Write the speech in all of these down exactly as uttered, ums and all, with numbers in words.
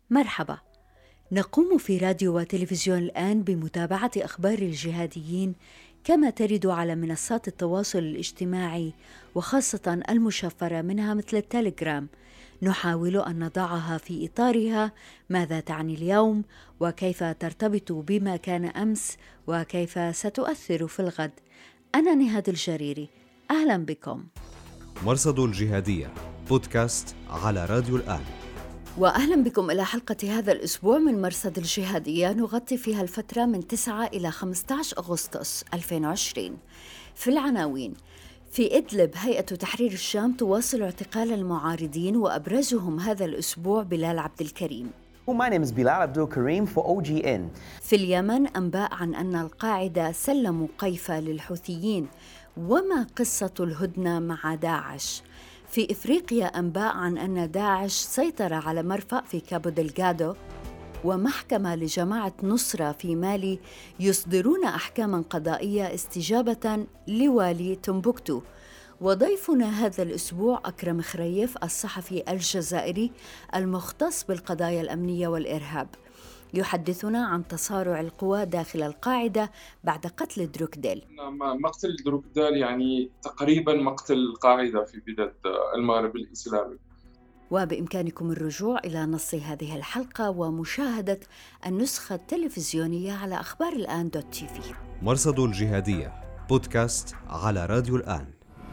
مرحبا. نقوم في راديو وتلفزيون الآن بمتابعة أخبار الجهاديين كما ترد على منصات التواصل الاجتماعي، وخاصة المشفرة منها مثل التليجرام. نحاول أن نضعها في إطارها: ماذا تعني اليوم، وكيف ترتبط بما كان أمس، وكيف ستؤثر في الغد. أنا نهاد الجريري، أهلا بكم. مرصد الجهادية بودكاست على راديو الآن. وأهلا بكم إلى حلقة هذا الأسبوع من مرصد الجهادية، نغطي فيها الفترة من تسعة إلى خمسة عشر أغسطس ألفين وعشرين. في العناوين: في إدلب هيئة تحرير الشام تواصل اعتقال المعارضين، وأبرزهم هذا الأسبوع بلال عبد الكريم. My name is Bilal Abdul Karim for O G N. في اليمن أنباء عن أن القاعدة سلموا قيفة للحوثيين، وما قصة الهدنة مع داعش؟ في إفريقيا أنباء عن أن داعش سيطر على مرفأ في كابو دلغادو، ومحكمة لجماعة نصرة في مالي يصدرون أحكاماً قضائية استجابة لوالي تمبوكتو. وضيفنا هذا الأسبوع أكرم خريف، الصحفي الجزائري المختص بالقضايا الأمنية والإرهاب، يحدثنا عن تصارع القوى داخل القاعدة بعد قتل دروكديل. مقتل دروكديل يعني تقريبا مقتل القاعدة في بلاد المغرب الإسلامي. وبإمكانكم الرجوع إلى نص هذه الحلقة ومشاهدة النسخة التلفزيونية على أخبار الآن دوت تي في. مرصد الجهادية بودكاست على راديو الآن.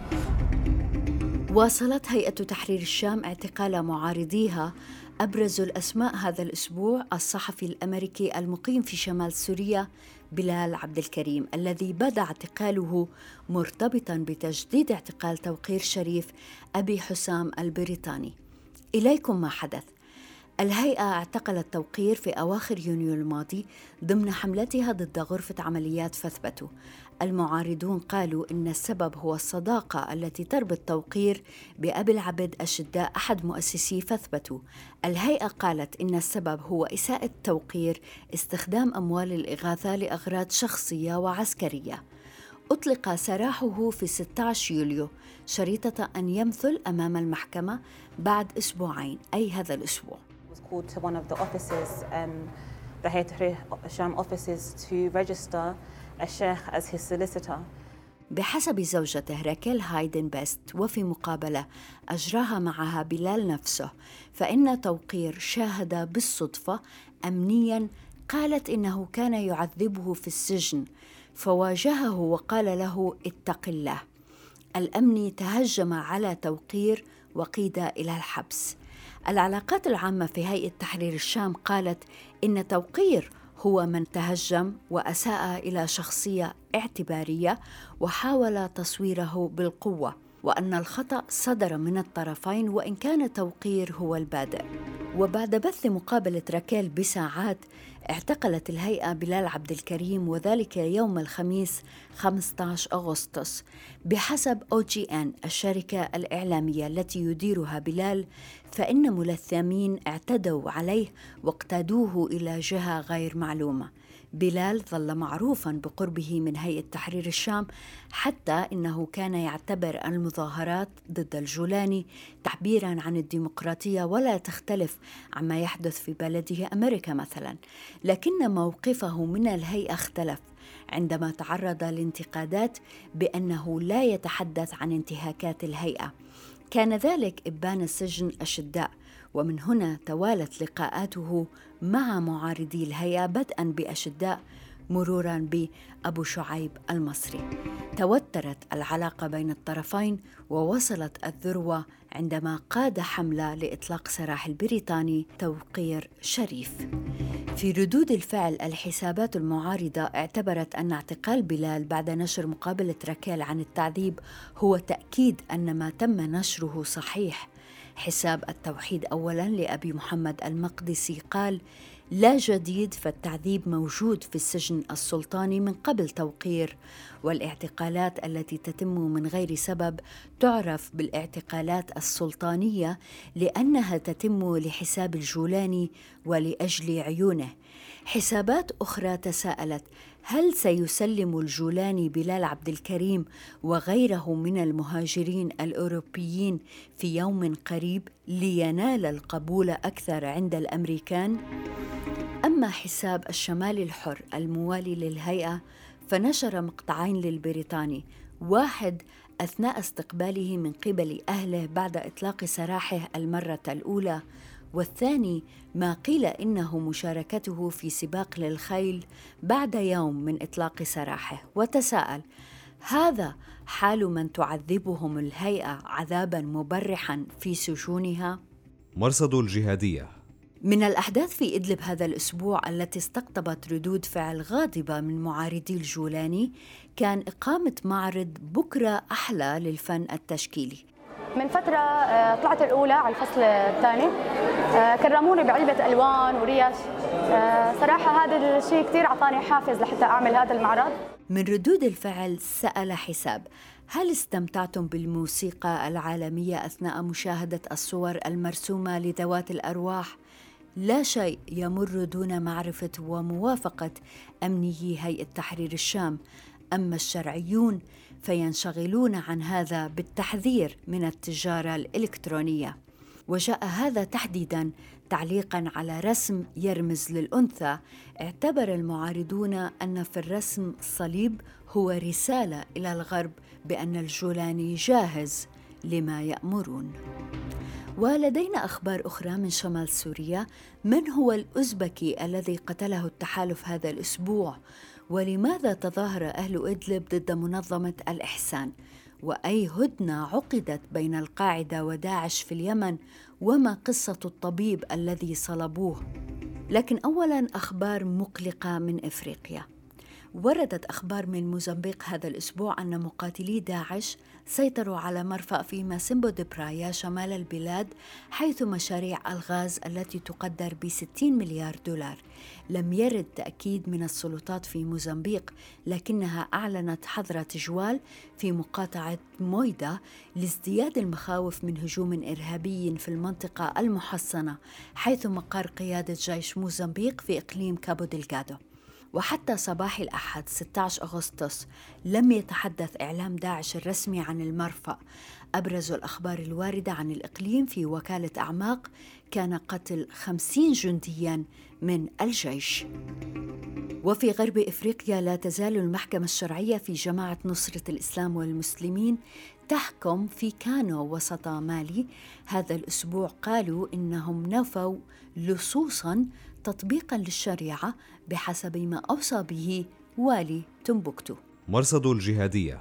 واصلت هيئة تحرير الشام اعتقال معارضيها. أبرز الأسماء هذا الأسبوع الصحفي الأمريكي المقيم في شمال سوريا بلال عبد الكريم، الذي بدا اعتقاله مرتبطاً بتجديد اعتقال توقير شريف أبي حسام البريطاني. إليكم ما حدث. الهيئة اعتقلت توقير في أواخر يونيو الماضي ضمن حملتها ضد غرفة عمليات فثبتوا. المعارضون قالوا إن السبب هو الصداقة التي تربط توقير بأبي العبد أشداء أحد مؤسسي فثبتوا. الهيئة قالت إن السبب هو إساءة توقير استخدام أموال الإغاثة لأغراض شخصية وعسكرية. أطلق سراحه في ستة عشر يوليو شريطة أن يمثل أمام المحكمة بعد أسبوعين، أي هذا الأسبوع. called to one of the offices, um, the Hayat Tahrir Sham offices, to register a sheikh as his solicitor. بحسب زوجته راكيل هايدن بيست، وفي مقابلة أجراها معها بلال نفسه، فإن توقير شاهد بالصدفة أمنياً قالت إنه كان يعذبه في السجن، فواجهه وقال له اتق الله. الأمني تهجم على توقير وقيد إلى الحبس. العلاقات العامة في هيئة تحرير الشام قالت إن توقير هو من تهجم وأساء إلى شخصية اعتبارية وحاول تصويره بالقوة، وأن الخطأ صدر من الطرفين وإن كان توقير هو البادئ. وبعد بث مقابلة راكيل بساعات اعتقلت الهيئة بلال عبد الكريم، وذلك يوم الخميس خمسة عشر أغسطس. بحسب أو جي إن الشركة الإعلامية التي يديرها بلال، فإن ملثمين اعتدوا عليه واقتادوه إلى جهة غير معلومة. بلال ظل معروفاً بقربه من هيئة تحرير الشام، حتى إنه كان يعتبر المظاهرات ضد الجولاني تعبيراً عن الديمقراطية ولا تختلف عما يحدث في بلده أمريكا مثلاً. لكن موقفه من الهيئة اختلف عندما تعرض لانتقادات بأنه لا يتحدث عن انتهاكات الهيئة. كان ذلك إبان السجن أشداء، ومن هنا توالت لقاءاته مع معارضي الهيئة بدءاً بأشداء مروراً بأبو شعيب المصري. توترت العلاقة بين الطرفين ووصلت الذروة عندما قاد حملة لإطلاق سراح البريطاني توقير شريف. في ردود الفعل، الحسابات المعارضة اعتبرت أن اعتقال بلال بعد نشر مقابلة راكيل عن التعذيب هو تأكيد أن ما تم نشره صحيح. حساب التوحيد أولاً لأبي محمد المقدسي قال: لا جديد، فالتعذيب موجود في السجن السلطاني من قبل توقير، والاعتقالات التي تتم من غير سبب تعرف بالاعتقالات السلطانية لأنها تتم لحساب الجولاني ولأجل عيونه. حسابات أخرى تساءلت: هل سيسلم الجولاني بلال عبد الكريم وغيره من المهاجرين الأوروبيين في يوم قريب لينال القبول أكثر عند الأمريكان؟ أما حساب الشمال الحر الموالي للهيئة فنشر مقطعين للبريطاني، واحد أثناء استقباله من قبل أهله بعد إطلاق سراحه المرة الأولى، والثاني ما قيل إنه مشاركته في سباق للخيل بعد يوم من إطلاق سراحه. وتساءل: هذا حال من تعذبهم الهيئة عذاباً مبرحاً في سجونها؟ مرصد الجهادية. من الأحداث في إدلب هذا الأسبوع التي استقطبت ردود فعل غاضبة من معارضي الجولاني كان إقامة معرض بكرة أحلى للفن التشكيلي. من فترة آه، طلعت الأولى على الفصل الثاني، آه، كرموني بعلبة ألوان وريش. آه، صراحة هذا الشيء كثير أعطاني حافز لحتى أعمل هذا المعرض. من ردود الفعل سأل حساب: هل استمتعتم بالموسيقى العالمية أثناء مشاهدة الصور المرسومة لذوات الأرواح؟ لا شيء يمر دون معرفة وموافقة أمنيي هيئة تحرير الشام، أما الشرعيون فينشغلون عن هذا بالتحذير من التجارة الإلكترونية. وجاء هذا تحديداً تعليقاً على رسم يرمز للأنثى. اعتبر المعارضون أن في الرسم صليب هو رسالة إلى الغرب بأن الجولاني جاهز لما يأمرون. ولدينا أخبار أخرى من شمال سوريا. من هو الأوزبكي الذي قتله التحالف هذا الأسبوع؟ ولماذا تظاهر أهل إدلب ضد منظمة الإحسان؟ وأي هدنة عقدت بين القاعدة وداعش في اليمن؟ وما قصة الطبيب الذي صلبوه؟ لكن أولاً أخبار مقلقة من إفريقيا. وردت أخبار من موزمبيق هذا الأسبوع أن مقاتلي داعش سيطروا على مرفأ في ماسيمبو دي برايا شمال البلاد، حيث مشاريع الغاز التي تقدر بستين مليار دولار. لم يرد تأكيد من السلطات في موزمبيق، لكنها أعلنت حظر تجوال في مقاطعة مويدا لازدياد المخاوف من هجوم إرهابي في المنطقة المحصنة، حيث مقر قيادة جيش موزمبيق في إقليم كابو ديلغادو. وحتى صباح الأحد ستة عشر أغسطس لم يتحدث إعلام داعش الرسمي عن المرفأ. أبرز الأخبار الواردة عن الإقليم في وكالة أعماق كان قتل خمسين جندياً من الجيش. وفي غرب إفريقيا لا تزال المحكمة الشرعية في جماعة نصرة الإسلام والمسلمين تحكم في كانو وسط مالي. هذا الأسبوع قالوا إنهم نفوا لصوصاً تطبيقاً للشريعة بحسب ما أوصى به والي تمبكتو. مرصد الجهادية.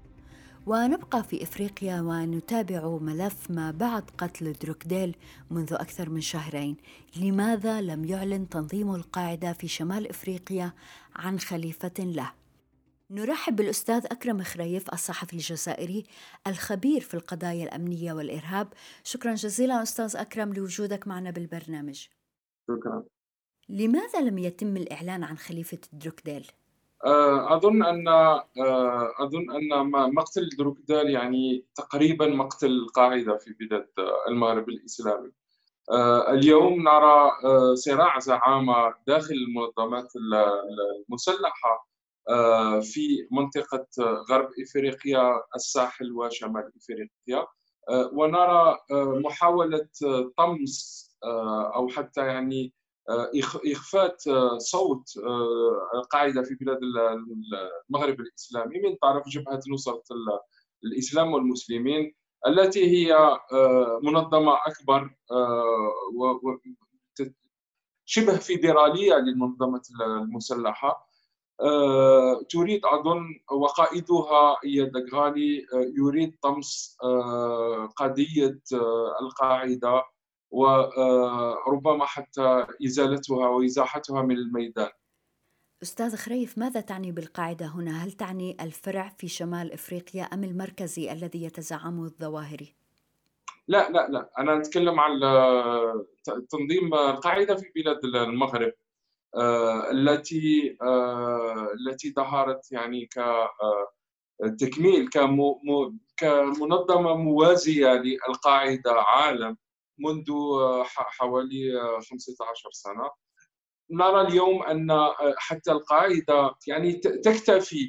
ونبقى في إفريقيا ونتابع ملف ما بعد قتل دروكديل منذ أكثر من شهرين. لماذا لم يعلن تنظيم القاعدة في شمال إفريقيا عن خليفة له؟ نرحب بالأستاذ أكرم خريف الصحفي الجزائري الخبير في القضايا الأمنية والإرهاب. شكرا جزيلا أستاذ أكرم لوجودك معنا بالبرنامج. شكرا. لماذا لم يتم الإعلان عن خليفة دروكديل؟ أظن أن أظن أن مقتل دروكديل يعني تقريبا مقتل القاعدة في بلاد المغرب الإسلامي. اليوم نرى صراع زعامة داخل المنظمات المسلحة في منطقة غرب إفريقيا، الساحل وشمال إفريقيا، ونرى محاولة طمس أو حتى يعني إخفاء صوت القاعدة في بلاد المغرب الإسلامي من طرف جبهة نصرة الإسلام والمسلمين، التي هي منظمة أكبر شبه فيدرالية للمنظمة المسلحة، تريد أظن وقائدها إياد غالي يريد طمس قضية القاعدة وربما حتى إزالتها وإزاحتها من الميدان. أستاذ خريف، ماذا تعني بالقاعدة هنا؟ هل تعني الفرع في شمال إفريقيا أم المركزي الذي يتزعمه الظواهري؟ لا لا لا أنا أتكلم عن تنظيم القاعدة في بلاد المغرب التي التي ظهرت يعني كتكميل كمنظمة موازية للقاعدة عالم منذ حوالي خمسة عشر سنة، نرى اليوم أن حتى القاعدة يعني تكتفي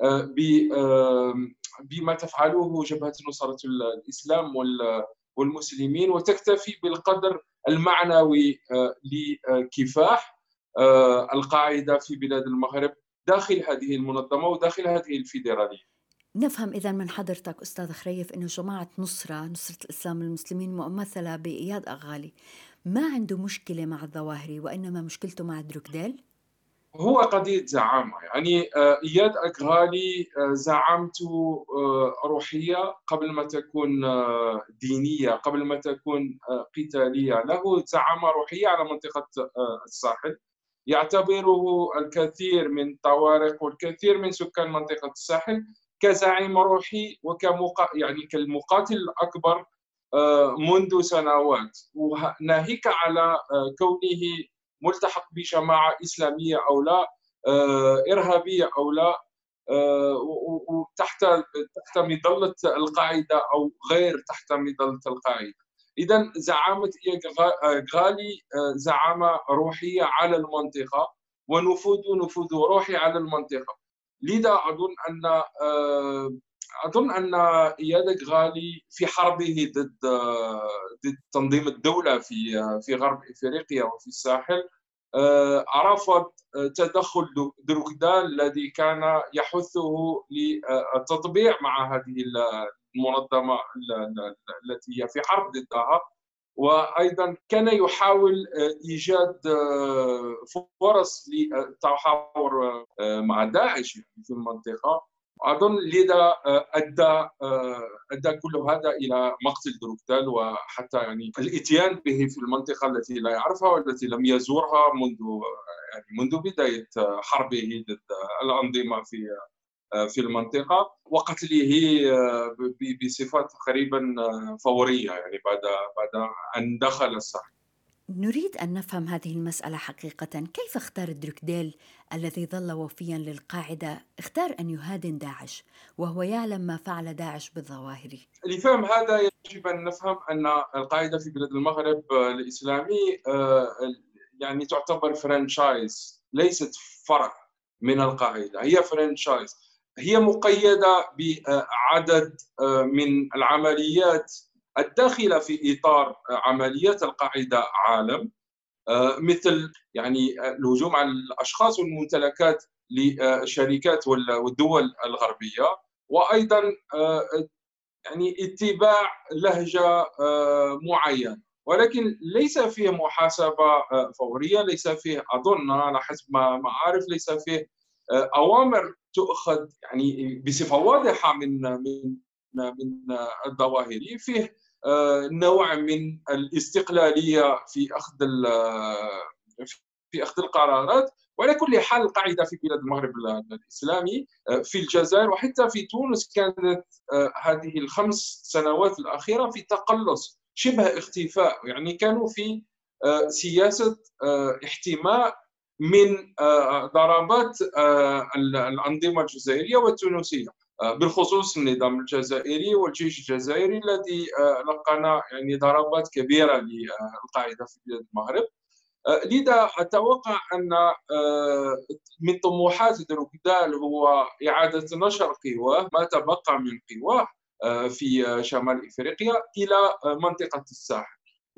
بما تفعله جبهة نصرة الإسلام والمسلمين، وتكتفي بالقدر المعنوي لكفاح القاعدة في بلاد المغرب داخل هذه المنظمة وداخل هذه الفيدرالية. نفهم إذن من حضرتك أستاذ خريف أنه جماعة نصرة نصرة الإسلام والمسلمين ممثلة بإياد أغالي ما عنده مشكلة مع الظواهري، وإنما مشكلته مع دروكديل؟ هو قضية زعامة، يعني إياد أغالي زعامته روحية قبل ما تكون دينية، قبل ما تكون قتالية. له زعامة روحية على منطقة الساحل، يعتبره الكثير من الطوارق والكثير من سكان منطقة الساحل كزعيم روحي وكمقا يعني كالمقاتل الأكبر منذ سنوات، وناهيك على كونه ملتحق بجماعة إسلامية أو لا، إرهابية أو لا، وتحت تحت مظلة القاعدة أو غير تحت مظلة القاعدة. إذن زعامة أغالي زعامة روحية على المنطقة، ونفوذ نفوذ روحي على المنطقة. لذا أظن أن أظن أن إياد أغالي في حربه ضد ضد تنظيم الدولة في في غرب إفريقيا وفي الساحل رفض تدخل دروكدال الذي كان يحثه للتطبيع مع هذه المنظمة التي هي في حرب ضدها، وأيضا كان يحاول إيجاد فرص للتحاور مع داعش في المنطقة. أظن لذا أدى أدى كل هذا إلى مقتل دروكدال، وحتى يعني الإتيان به في المنطقة التي لا يعرفها والتي لم يزورها منذ يعني منذ بداية حربه ضد الأنظمة في في المنطقة، وقتله بصفة تقريبا فورية يعني بعد بعد أن دخل الساحل. نريد أن نفهم هذه المسألة حقيقة. كيف اختار دروكديل الذي ظل وفيا للقاعدة اختار أن يهادن داعش وهو يعلم ما فعل داعش بالظواهري؟ لفهم هذا يجب أن نفهم أن القاعدة في بلاد المغرب الإسلامي يعني تعتبر فرانشايز، ليست فرع من القاعدة، هي فرانشايز، هي مقيدة بعدد من العمليات الداخلة في إطار عمليات القاعدة عالم، مثل يعني الهجوم على الأشخاص والممتلكات للشركات والدول الغربية، وأيضا يعني اتباع لهجة معينة، ولكن ليس فيه محاسبة فورية، ليس فيه أظن على حسب ما أعرف ليس فيه أوامر تؤخذ يعني بصفة واضحة من من من الظواهري. فيه نوع من الاستقلالية في أخذ في أخذ القرارات. وعلى كل حال القاعدة في بلاد المغرب الإسلامي في الجزائر وحتى في تونس كانت هذه الخمس سنوات الأخيرة في تقلص شبه اختفاء، يعني كانوا في سياسة احتماء من ضربات الأنظمة الجزائرية والتونسية، بالخصوص النظام الجزائري والجيش الجزائري الذي لقنا يعني ضربات كبيرة للقاعدة في بلاد المغرب. لذا أتوقع أن من طموحات دروكدال هو إعادة نشر قواه ما تبقى من قواه في شمال إفريقيا إلى منطقة الساحل،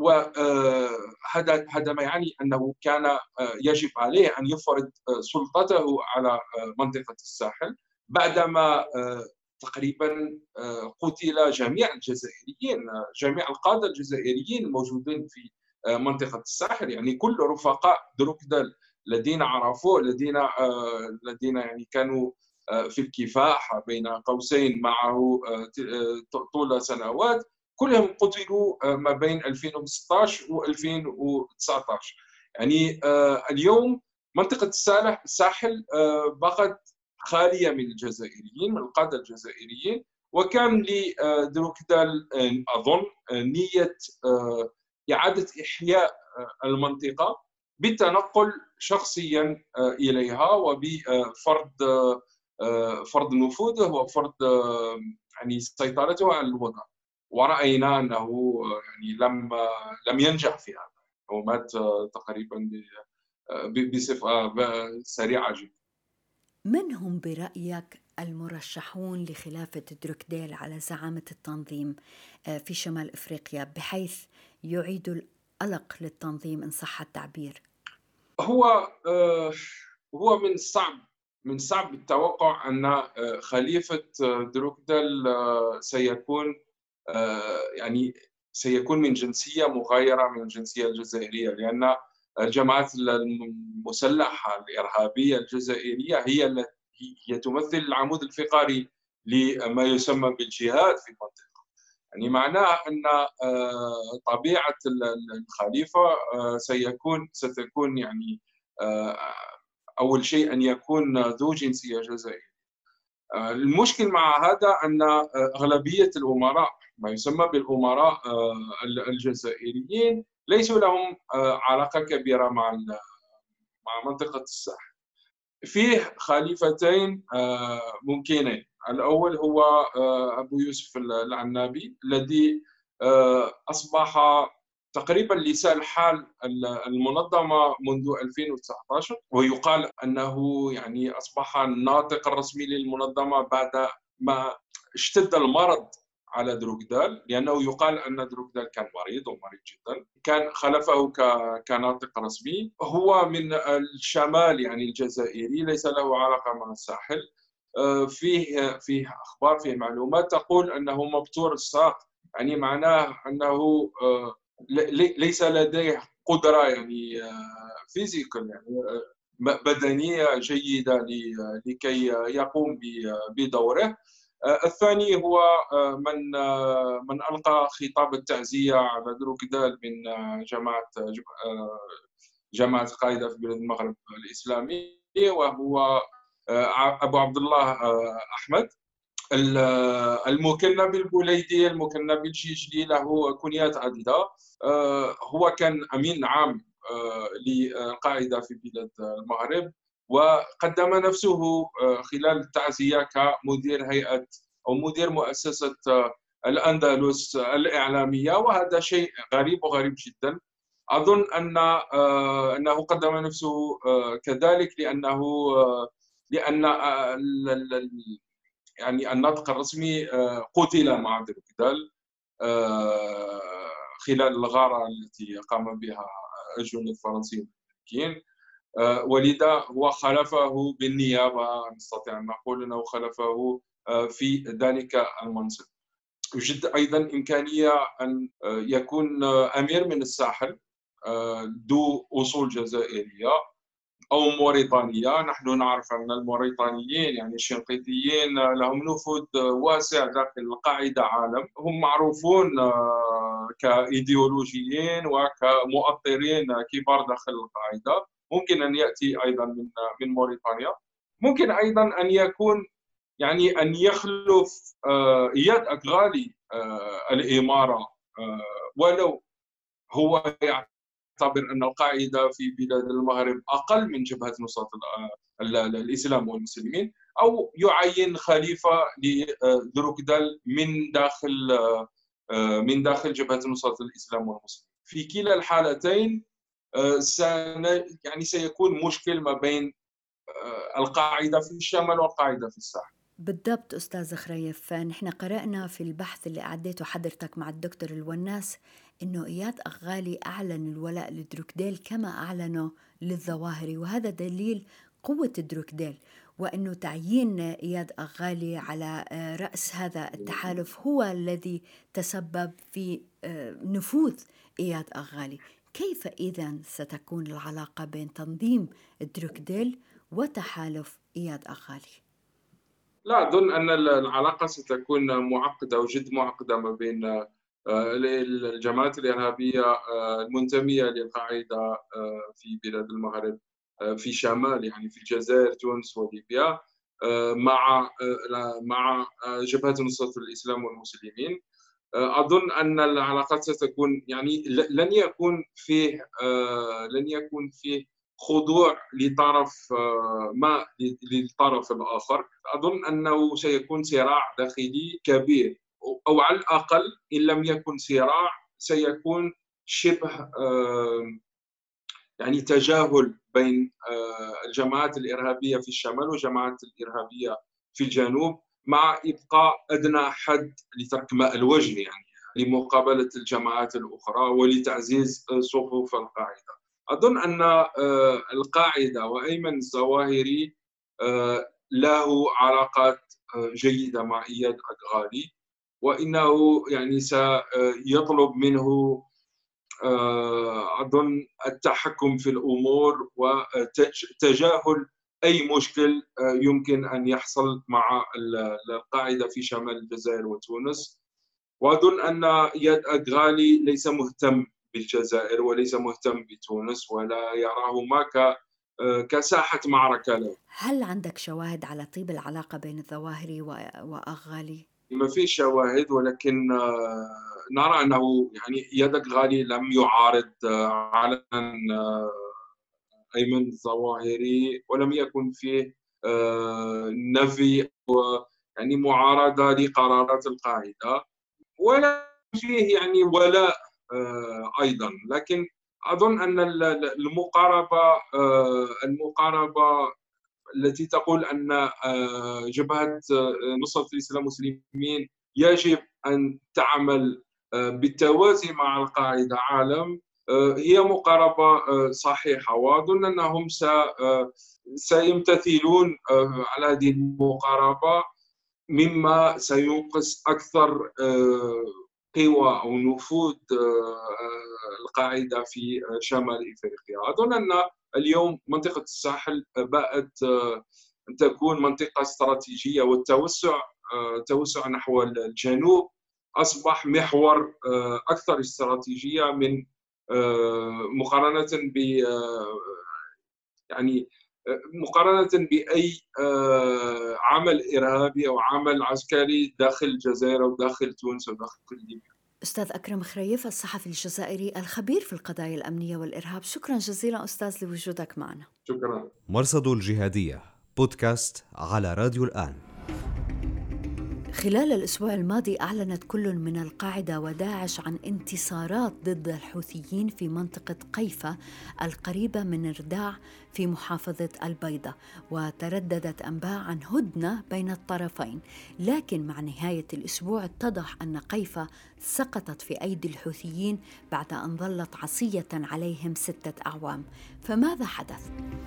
وهذا هذا ما يعني أنه كان يجب عليه أن يفرض سلطته على منطقة الساحل بعدما تقريبا قتل جميع الجزائريين، جميع القادة الجزائريين الموجودين في منطقة الساحل، يعني كل رفقاء دروكدال الذين عرفوه، الذين الذين يعني كانوا في الكفاح بين قوسين معه طول سنوات، كلهم قتلوا ما بين ألفين وستة عشر و ألفين وتسعة عشر. يعني اليوم منطقة الساحل بقت خالية من الجزائريين، من القادة الجزائريين، وكان لدروكدال أظن نية إعادة إحياء المنطقة بالتنقل شخصيا إليها وبفرض فرض نفوذه وفرض يعني سيطرته على الوضع، ورأينا أنه يعني لم لم ينجح في هذا، ومات تقريبا بصفة سريعة جدا. من هم برأيك المرشحون لخلافة دروكديل على زعامة التنظيم في شمال إفريقيا بحيث يعيدوا القلق للتنظيم إن صح التعبير؟ هو هو من الصعب من صعب التوقع أن خليفة دروكديل سيكون يعني سيكون من جنسية مغايرة من الجنسية الجزائرية، لأن الجماعات المسلحة الإرهابية الجزائرية هي التي هي تمثل العمود الفقري لما يسمى بالجهاد في المنطقة. يعني معناه أن طبيعة الخليفة سيكون ستكون يعني أول شيء أن يكون ذو جنسية جزائرية. المشكل مع هذا أن أغلبية الأمراء ما يسمى بالأمراء الجزائريين ليسوا لهم علاقة كبيرة مع مع منطقة الساحل. فيه خليفتين ممكنين، الأول هو أبو يوسف العنابي الذي أصبح تقريبا لسان حال المنظمة منذ ألفين وتسعة عشر، ويقال أنه يعني أصبح الناطق الرسمي للمنظمة بعد ما اشتد المرض على دروكديل، لأنه يقال أن دروكديل كان مريض ومريض جدا. كان خلفه كناطق رسمي. هو من الشمال يعني الجزائري، ليس له علاقة مع الساحل. فيه فيه أخبار فيه معلومات تقول أنه مبتور الساق، يعني معناه أنه ليس لديه قدرة يعني فيزيكال يعني بدنية جيدة لكي يقوم بدوره. الثاني هو من من ألقى خطاب التعزية على دروكديل من جماعة جماعة القاعدة في بلاد المغرب الإسلامي، وهو أبو عبد الله أحمد المكنى بالبوليدي، المكنى بالجيجلي، له كنيات عديدة. هو كان أمين عام للقاعدة في بلاد المغرب، وقدم نفسه خلال التعزية كمدير هيئة أو مدير مؤسسة الأندلس الإعلامية، وهذا شيء غريب وغريب جدا. أظن أن أنه قدم نفسه كذلك لأنه لأن يعني الناطق الرسمي قتل مع دروكديل خلال الغارة التي قام بها الجنود الفرنسيين الأمريكيين، ولذا هو خلفه بالنيابة. نستطيع أن نقول أنه خلفه في ذلك المنصب. يوجد أيضا إمكانية أن يكون أمير من الساحل ذو أصول جزائرية أو موريتانية. نحن نعرف أن الموريتانيين يعني الشنقيطيين لهم نفوذ واسع داخل القاعدة عالم، هم معروفون كإيديولوجيين وكمؤطرين كبار داخل القاعدة. ممكن أن يأتي أيضا من من موريتانيا. ممكن أيضا أن يكون يعني أن يخلف إياد أغالي الإمارة، ولو هو يعتبر أن القاعدة في بلاد المغرب أقل من جبهة نصرة الإسلام والمسلمين، أو يعين خليفة لدروكديل من داخل من داخل جبهة نصرة الإسلام والمسلمين. في كلا الحالتين يعني سيكون مشكل ما بين القاعدة في الشمال والقاعدة في الساحل. بالضبط أستاذ خريف، نحن قرأنا في البحث اللي أعديته حضرتك مع الدكتور الوناس إنه إياد أغالي أعلن الولاء لدروكديل كما أعلنه للظواهري، وهذا دليل قوة دروكديل، وإنه تعيين إياد أغالي على رأس هذا التحالف هو الذي تسبب في نفوذ إياد أغالي. كيف إذن ستكون العلاقة بين تنظيم دروكديل وتحالف إياد أغالي؟ لا أظن أن العلاقة ستكون معقدة وجد معقدة ما بين الجماعات الإرهابية المنتمية للقاعدة في بلاد المغرب في شمال يعني في الجزائر تونس وليبيا مع مع جبهة نصرة الإسلام والمسلمين. أظن أن العلاقات ستكون يعني لن يكون فيه لن يكون فيه خضوع لطرف ما للطرف الآخر. أظن أنه سيكون صراع داخلي كبير، أو على الأقل إن لم يكن صراع سيكون شبه يعني تجاهل بين الجماعات الإرهابية في الشمال والجماعات الإرهابية في الجنوب، مع إبقاء أدنى حد لترك ماء الوجه يعني لمقابلة الجماعات الأخرى ولتعزيز صفوف القاعدة. أظن أن القاعدة وأيمن الظواهري له علاقات جيدة مع إياد أدغالي، وإنه يعني سيطلب منه أظن التحكم في الأمور وتجاهل أي مشكل يمكن أن يحصل مع القاعدة في شمال الجزائر وتونس. وأظن أن إياد أدغالي ليس مهتم بالجزائر وليس مهتم بتونس، ولا يراهما كساحة معركة له. هل عندك شواهد على طيب العلاقة بين الظواهري وأغالي؟ ما في شواهد، ولكن نرى أنه يعني إياد أدغالي لم يعارض علنا أيمن الظواهري، ولم يكن فيه نفي يعني معارضة لقرارات القاعدة، ولا فيه يعني ولاء أيضا. لكن أظن أن المقاربة المقاربة التي تقول أن جبهة نصرة الإسلام والمسلمين يجب أن تعمل بالتوازي مع القاعدة عالم هي مقاربة صحيحة، وأظن أنهم سيمتثلون على هذه المقاربة، مما سينقص أكثر قوى أو نفوذ القاعدة في شمال إفريقيا. أظن أن اليوم منطقة الساحل بقت أن تكون منطقة استراتيجية، والتوسع التوسع نحو الجنوب أصبح محور أكثر استراتيجية من مقارنة ب يعني مقارنة بأي عمل إرهابي أو عمل عسكري داخل الجزائر أو داخل تونس أو داخل ليبيا. أستاذ أكرم خريف، الصحفي الجزائري الخبير في القضايا الأمنية والإرهاب، شكرا جزيلا أستاذ لوجودك معنا. شكرا. مرصد الجهادية بودكاست على راديو الآن. خلال الأسبوع الماضي أعلنت كل من القاعدة وداعش عن انتصارات ضد الحوثيين في منطقة قيفة القريبة من رداع في محافظة البيضة، وترددت أنباء عن هدنة بين الطرفين. لكن مع نهاية الأسبوع اتضح أن قيفة سقطت في أيدي الحوثيين بعد أن ظلت عصية عليهم ستة أعوام. فماذا حدث؟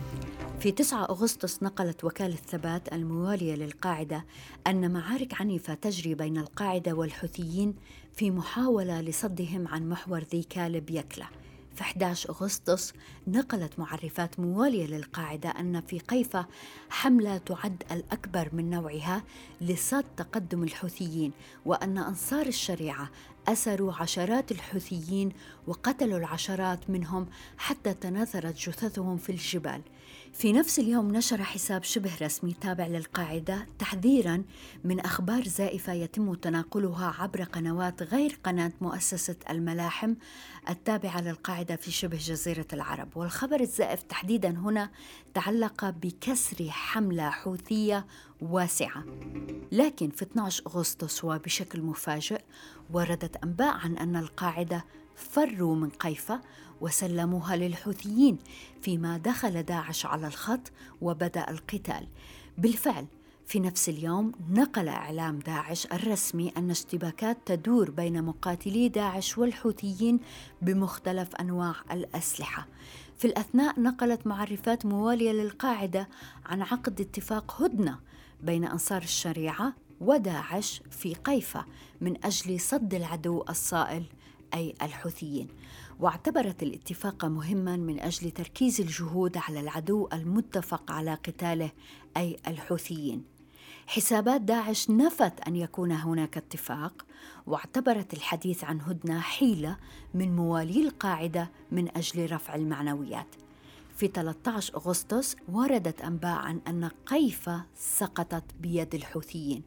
في تسعة أغسطس نقلت وكالة ثبات الموالية للقاعدة أن معارك عنيفة تجري بين القاعدة والحوثيين في محاولة لصدهم عن محور ذي كالب يكلا. في أحد عشر أغسطس نقلت معرفات موالية للقاعدة أن في قيفة حملة تعد الأكبر من نوعها لصد تقدم الحوثيين، وأن أنصار الشريعة أسروا عشرات الحوثيين وقتلوا العشرات منهم حتى تناثرت جثثهم في الجبال. في نفس اليوم نشر حساب شبه رسمي تابع للقاعدة تحذيراً من أخبار زائفة يتم تناقلها عبر قنوات غير قناة مؤسسة الملاحم التابعة للقاعدة في شبه جزيرة العرب. والخبر الزائف تحديداً هنا تعلق بكسر حملة حوثية واسعة. لكن في اثني عشر أغسطس وبشكل مفاجئ وردت أنباء عن أن القاعدة فروا من قيفة وسلموها للحوثيين، فيما دخل داعش على الخط وبدأ القتال. بالفعل في نفس اليوم نقل إعلام داعش الرسمي أن اشتباكات تدور بين مقاتلي داعش والحوثيين بمختلف أنواع الأسلحة. في الأثناء نقلت معرفات موالية للقاعدة عن عقد اتفاق هدنة بين أنصار الشريعة وداعش في قيفة من أجل صد العدو الصائل أي الحوثيين، واعتبرت الاتفاق مهماً من أجل تركيز الجهود على العدو المتفق على قتاله أي الحوثيين. حسابات داعش نفت أن يكون هناك اتفاق، واعتبرت الحديث عن هدنة حيلة من موالي القاعدة من أجل رفع المعنويات. في ثلاثة عشر أغسطس وردت أنباء عن أن قيفة سقطت بيد الحوثيين،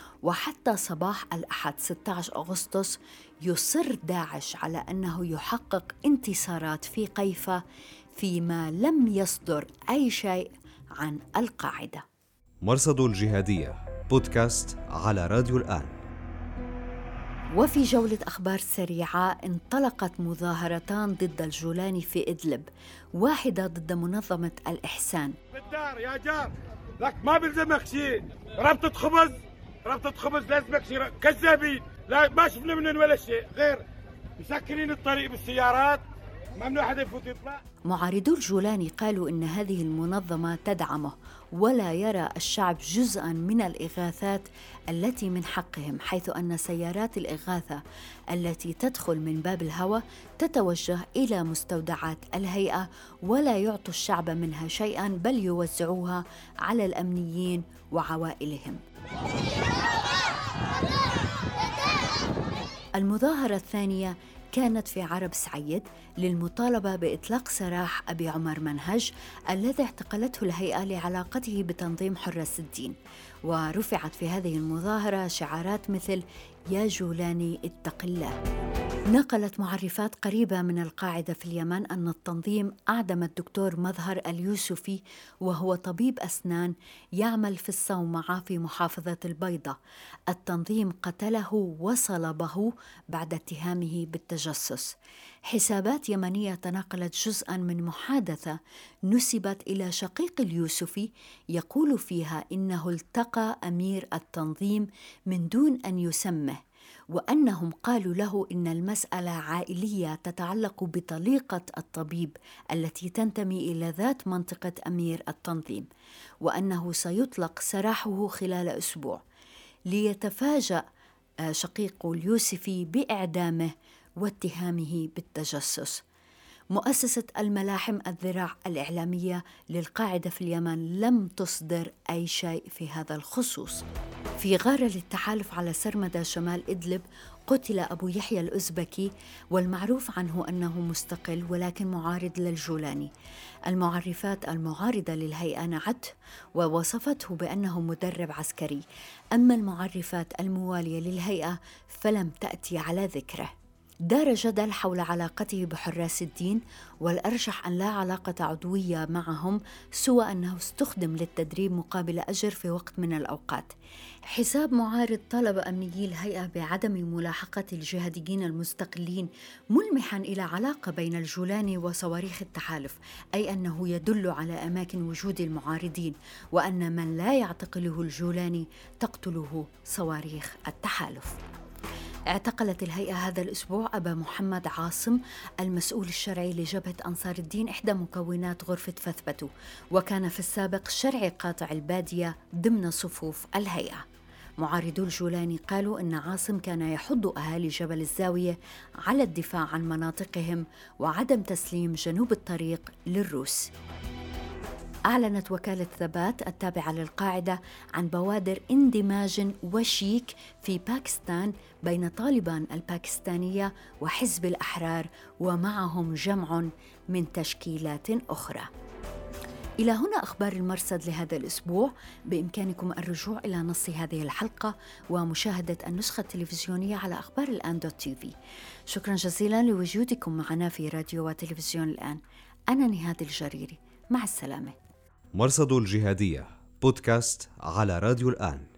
وحتى صباح الأحد ستة عشر أغسطس يصر داعش على أنه يحقق انتصارات في قيفة فيما لم يصدر أي شيء عن القاعدة. مرصد الجهادية بودكاست على راديو الآن. وفي جولة أخبار سريعة، انطلقت مظاهرتان ضد الجولاني في إدلب، واحدة ضد منظمة الإحسان. بالدار يا جار لك ما بلزمك شيء، ربطة خبز ربطة خبز لازمك شيء، كذابين، لا ما شفنا منهم ولا شيء غير مسكرين الطريق بالسيارات، ممنوع حدا يفوت يطلع. معارضو الجولاني قالوا إن هذه المنظمة تدعمه ولا يرى الشعب جزءاً من الإغاثات التي من حقهم، حيث أن سيارات الإغاثة التي تدخل من باب الهوى تتوجه إلى مستودعات الهيئة ولا يعطوا الشعب منها شيئاً، بل يوزعوها على الأمنيين وعوائلهم. المظاهرة الثانية كانت في عرب سعيد للمطالبة بإطلاق سراح أبي عمر منهج الذي اعتقلته الهيئة لعلاقته بتنظيم حراس الدين، ورفعت في هذه المظاهرة شعارات مثل يا جولاني اتق الله. نقلت معرفات قريبة من القاعدة في اليمن أن التنظيم أعدم الدكتور مظهر اليوسفي، وهو طبيب أسنان يعمل في الصومعة في محافظة البيضة. التنظيم قتله وصلبه بعد اتهامه بالتجسس. حسابات يمنية تناقلت جزءاً من محادثة نسبت إلى شقيق اليوسفي يقول فيها إنه التقى أمير التنظيم من دون أن يسمه، وأنهم قالوا له إن المسألة عائلية تتعلق بطليقة الطبيب التي تنتمي إلى ذات منطقة أمير التنظيم، وأنه سيطلق سراحه خلال أسبوع. ليتفاجأ شقيق اليوسفي بإعدامه واتهامه بالتجسس. مؤسسة الملاحم الذراع الإعلامية للقاعدة في اليمن لم تصدر أي شيء في هذا الخصوص. في غارة للتحالف على سرمدة شمال إدلب قتل أبو يحيى الأزبكي، والمعروف عنه أنه مستقل ولكن معارض للجولاني. المعرفات المعارضة للهيئة نعته ووصفته بأنه مدرب عسكري، أما المعرفات الموالية للهيئة فلم تأتي على ذكره. دار جدل حول علاقته بحراس الدين، والأرجح أن لا علاقة عضوية معهم سوى أنه استخدم للتدريب مقابل أجر في وقت من الأوقات. حساب معارض طلب أمنيي الهيئة بعدم ملاحقة الجهاديين المستقلين، ملمحاً إلى علاقة بين الجولاني وصواريخ التحالف، أي أنه يدل على أماكن وجود المعارضين، وأن من لا يعتقله الجولاني تقتله صواريخ التحالف. اعتقلت الهيئة هذا الأسبوع أبا محمد عاصم المسؤول الشرعي لجبهة أنصار الدين، إحدى مكونات غرفة فثبتو، وكان في السابق شرعي قاطع البادية ضمن صفوف الهيئة. معارضو الجولاني قالوا إن عاصم كان يحض أهالي جبل الزاوية على الدفاع عن مناطقهم وعدم تسليم جنوب الطريق للروس. أعلنت وكالة ثبات التابعة للقاعدة عن بوادر اندماج وشيك في باكستان بين طالبان الباكستانية وحزب الأحرار، ومعهم جمع من تشكيلات أخرى. إلى هنا أخبار المرصد لهذا الأسبوع. بإمكانكم الرجوع إلى نص هذه الحلقة ومشاهدة النسخة التلفزيونية على أخبار الآن دوت تي في. شكرا جزيلا لوجودكم معنا في راديو وتلفزيون الآن. أنا نهاد الجريري، مع السلامة. مرصد الجهادية بودكاست على راديو الآن.